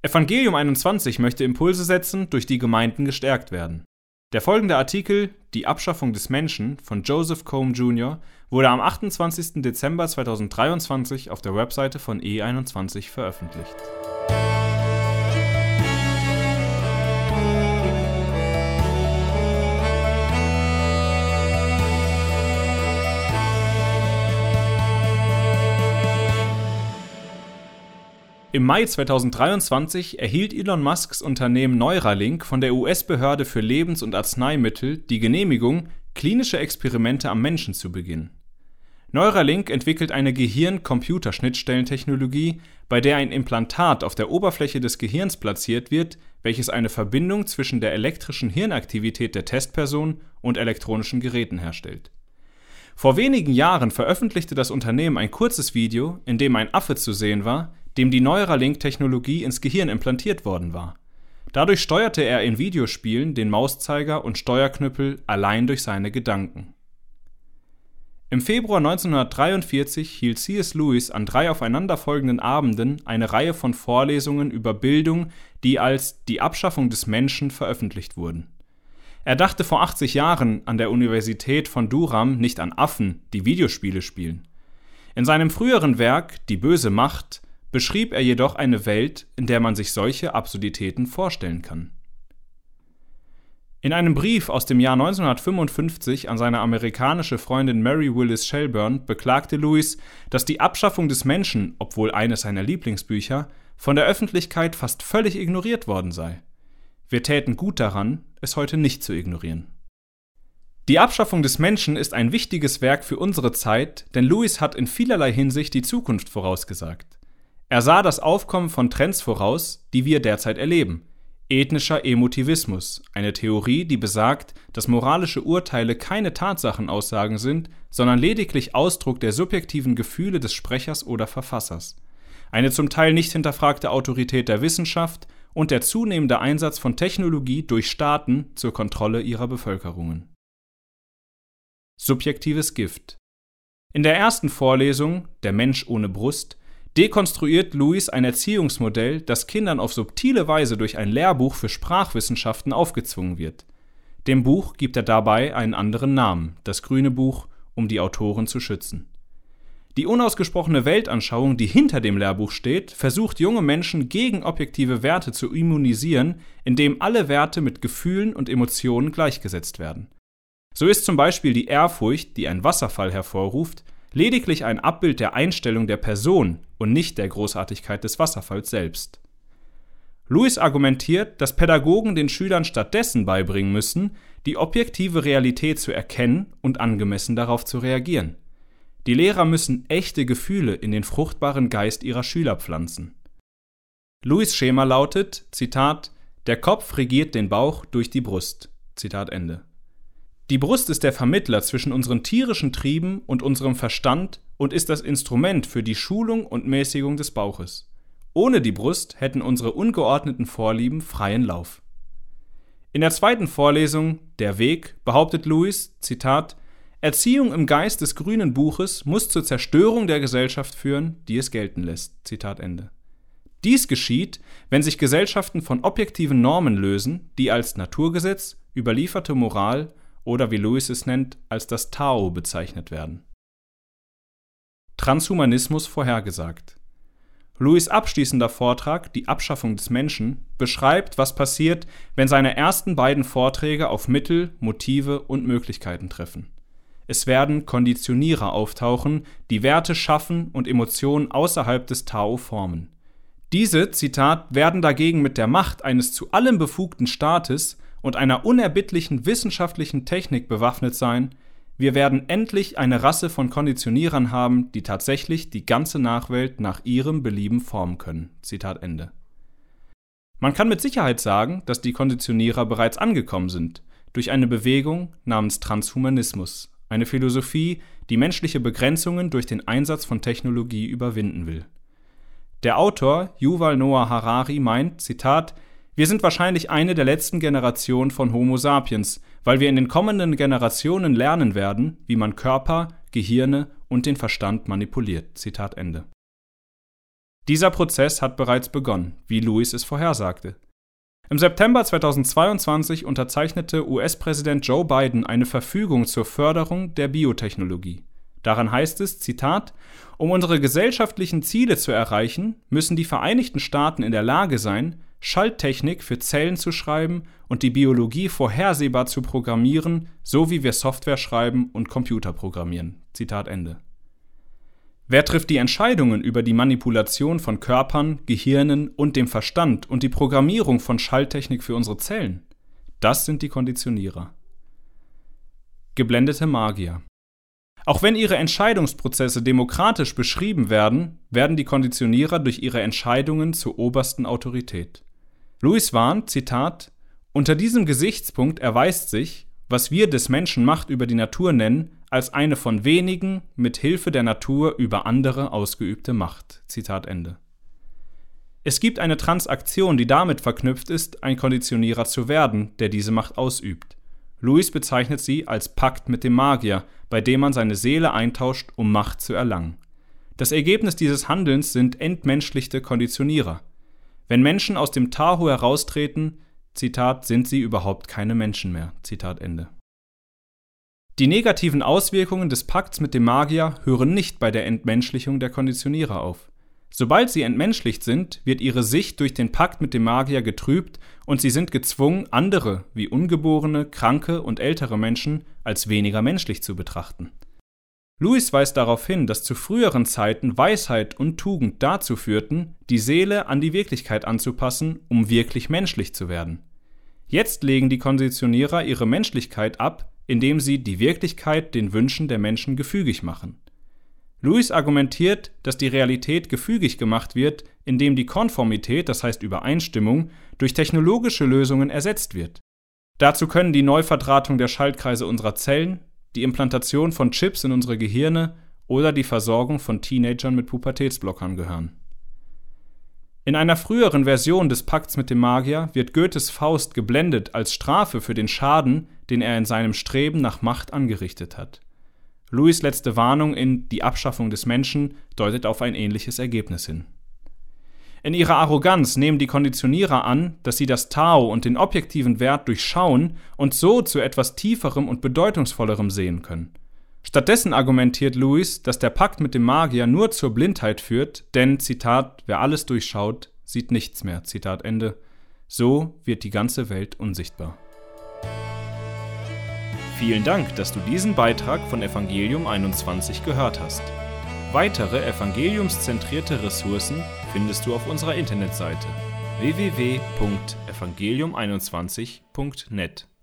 Evangelium 21 möchte Impulse setzen, durch die Gemeinden gestärkt werden. Der folgende Artikel, Die Abschaffung des Menschen, von Joseph Combe Jr., wurde am 28. Dezember 2023 auf der Webseite von E21 veröffentlicht. Im Mai 2023 erhielt Elon Musks Unternehmen Neuralink von der US-Behörde für Lebens- und Arzneimittel die Genehmigung, klinische Experimente am Menschen zu beginnen. Neuralink entwickelt eine Gehirn-Computerschnittstellentechnologie, bei der ein Implantat auf der Oberfläche des Gehirns platziert wird, welches eine Verbindung zwischen der elektrischen Hirnaktivität der Testperson und elektronischen Geräten herstellt. Vor wenigen Jahren veröffentlichte das Unternehmen ein kurzes Video, in dem ein Affe zu sehen war, dem die Neuralink-Technologie ins Gehirn implantiert worden war. Dadurch steuerte er in Videospielen den Mauszeiger und Steuerknüppel allein durch seine Gedanken. Im Februar 1943 hielt C.S. Lewis an 3 aufeinanderfolgenden Abenden eine Reihe von Vorlesungen über Bildung, die als Die Abschaffung des Menschen veröffentlicht wurden. Er dachte vor 80 Jahren an der Universität von Durham nicht an Affen, die Videospiele spielen. In seinem früheren Werk Die böse Macht beschrieb er jedoch eine Welt, in der man sich solche Absurditäten vorstellen kann. In einem Brief aus dem Jahr 1955 an seine amerikanische Freundin Mary Willis Shelburne beklagte Lewis, dass die Abschaffung des Menschen, obwohl eines seiner Lieblingsbücher, von der Öffentlichkeit fast völlig ignoriert worden sei. Wir täten gut daran, es heute nicht zu ignorieren. Die Abschaffung des Menschen ist ein wichtiges Werk für unsere Zeit, denn Lewis hat in vielerlei Hinsicht die Zukunft vorausgesagt. Er sah das Aufkommen von Trends voraus, die wir derzeit erleben. Ethnischer Emotivismus, eine Theorie, die besagt, dass moralische Urteile keine Tatsachenaussagen sind, sondern lediglich Ausdruck der subjektiven Gefühle des Sprechers oder Verfassers. Eine zum Teil nicht hinterfragte Autorität der Wissenschaft und der zunehmende Einsatz von Technologie durch Staaten zur Kontrolle ihrer Bevölkerungen. Subjektives Gift. In der ersten Vorlesung, Der Mensch ohne Brust, dekonstruiert Lewis ein Erziehungsmodell, das Kindern auf subtile Weise durch ein Lehrbuch für Sprachwissenschaften aufgezwungen wird. Dem Buch gibt er dabei einen anderen Namen, das Grüne Buch, um die Autoren zu schützen. Die unausgesprochene Weltanschauung, die hinter dem Lehrbuch steht, versucht junge Menschen gegen objektive Werte zu immunisieren, indem alle Werte mit Gefühlen und Emotionen gleichgesetzt werden. So ist zum Beispiel die Ehrfurcht, die ein Wasserfall hervorruft, lediglich ein Abbild der Einstellung der Person und nicht der Großartigkeit des Wasserfalls selbst. Lewis argumentiert, dass Pädagogen den Schülern stattdessen beibringen müssen, die objektive Realität zu erkennen und angemessen darauf zu reagieren. Die Lehrer müssen echte Gefühle in den fruchtbaren Geist ihrer Schüler pflanzen. Lewis' Schema lautet, Zitat, der Kopf regiert den Bauch durch die Brust. Zitat Ende. Die Brust ist der Vermittler zwischen unseren tierischen Trieben und unserem Verstand und ist das Instrument für die Schulung und Mäßigung des Bauches. Ohne die Brust hätten unsere ungeordneten Vorlieben freien Lauf. In der zweiten Vorlesung, Der Weg, behauptet Lewis, Zitat, Erziehung im Geist des Grünen Buches muss zur Zerstörung der Gesellschaft führen, die es gelten lässt. Zitat Ende. Dies geschieht, wenn sich Gesellschaften von objektiven Normen lösen, die als Naturgesetz, überlieferte Moral oder wie Lewis es nennt, als das Tao bezeichnet werden. Transhumanismus vorhergesagt. Lewis' abschließender Vortrag, Die Abschaffung des Menschen, beschreibt, was passiert, wenn seine ersten beiden Vorträge auf Mittel, Motive und Möglichkeiten treffen. Es werden Konditionierer auftauchen, die Werte schaffen und Emotionen außerhalb des Tao formen. Diese, Zitat, werden dagegen mit der Macht eines zu allem befugten Staates und einer unerbittlichen wissenschaftlichen Technik bewaffnet sein, wir werden endlich eine Rasse von Konditionierern haben, die tatsächlich die ganze Nachwelt nach ihrem Belieben formen können. Zitat Ende. Man kann mit Sicherheit sagen, dass die Konditionierer bereits angekommen sind, durch eine Bewegung namens Transhumanismus, eine Philosophie, die menschliche Begrenzungen durch den Einsatz von Technologie überwinden will. Der Autor Yuval Noah Harari meint, Zitat, wir sind wahrscheinlich eine der letzten Generationen von Homo sapiens, weil wir in den kommenden Generationen lernen werden, wie man Körper, Gehirne und den Verstand manipuliert. Zitat Ende. Dieser Prozess hat bereits begonnen, wie Lewis es vorhersagte. Im September 2022 unterzeichnete US-Präsident Joe Biden eine Verfügung zur Förderung der Biotechnologie. Daran heißt es, Zitat, um unsere gesellschaftlichen Ziele zu erreichen, müssen die Vereinigten Staaten in der Lage sein, Schalttechnik für Zellen zu schreiben und die Biologie vorhersehbar zu programmieren, so wie wir Software schreiben und Computer programmieren. Zitat Ende. Wer trifft die Entscheidungen über die Manipulation von Körpern, Gehirnen und dem Verstand und die Programmierung von Schalttechnik für unsere Zellen? Das sind die Konditionierer. Geblendete Magier. Auch wenn ihre Entscheidungsprozesse demokratisch beschrieben werden, werden die Konditionierer durch ihre Entscheidungen zur obersten Autorität. Lewis warnt, Zitat, unter diesem Gesichtspunkt erweist sich, was wir des Menschen Macht über die Natur nennen, als eine von wenigen mit Hilfe der Natur über andere ausgeübte Macht. Zitat Ende. Es gibt eine Transaktion, die damit verknüpft ist, ein Konditionierer zu werden, der diese Macht ausübt. Lewis bezeichnet sie als Pakt mit dem Magier, bei dem man seine Seele eintauscht, um Macht zu erlangen. Das Ergebnis dieses Handelns sind entmenschlichte Konditionierer. Wenn Menschen aus dem Tahoe heraustreten, Zitat, sind sie überhaupt keine Menschen mehr. Zitat Ende. Die negativen Auswirkungen des Pakts mit dem Magier hören nicht bei der Entmenschlichung der Konditionierer auf. Sobald sie entmenschlicht sind, wird ihre Sicht durch den Pakt mit dem Magier getrübt und sie sind gezwungen, andere, wie ungeborene, kranke und ältere Menschen, als weniger menschlich zu betrachten. Lewis weist darauf hin, dass zu früheren Zeiten Weisheit und Tugend dazu führten, die Seele an die Wirklichkeit anzupassen, um wirklich menschlich zu werden. Jetzt legen die Konditionierer ihre Menschlichkeit ab, indem sie die Wirklichkeit den Wünschen der Menschen gefügig machen. Lewis argumentiert, dass die Realität gefügig gemacht wird, indem die Konformität, das heißt Übereinstimmung, durch technologische Lösungen ersetzt wird. Dazu können die Neuverdrahtung der Schaltkreise unserer Zellen, die Implantation von Chips in unsere Gehirne oder die Versorgung von Teenagern mit Pubertätsblockern gehören. In einer früheren Version des Pakts mit dem Magier wird Goethes Faust geblendet als Strafe für den Schaden, den er in seinem Streben nach Macht angerichtet hat. Lewis' letzte Warnung in Die Abschaffung des Menschen deutet auf ein ähnliches Ergebnis hin. In ihrer Arroganz nehmen die Konditionierer an, dass sie das Tao und den objektiven Wert durchschauen und so zu etwas Tieferem und Bedeutungsvollerem sehen können. Stattdessen argumentiert Lewis, dass der Pakt mit dem Magier nur zur Blindheit führt, denn, Zitat, wer alles durchschaut, sieht nichts mehr, Zitat Ende. So wird die ganze Welt unsichtbar. Vielen Dank, dass du diesen Beitrag von Evangelium 21 gehört hast. Weitere evangeliumszentrierte Ressourcen findest du auf unserer Internetseite www.evangelium21.net.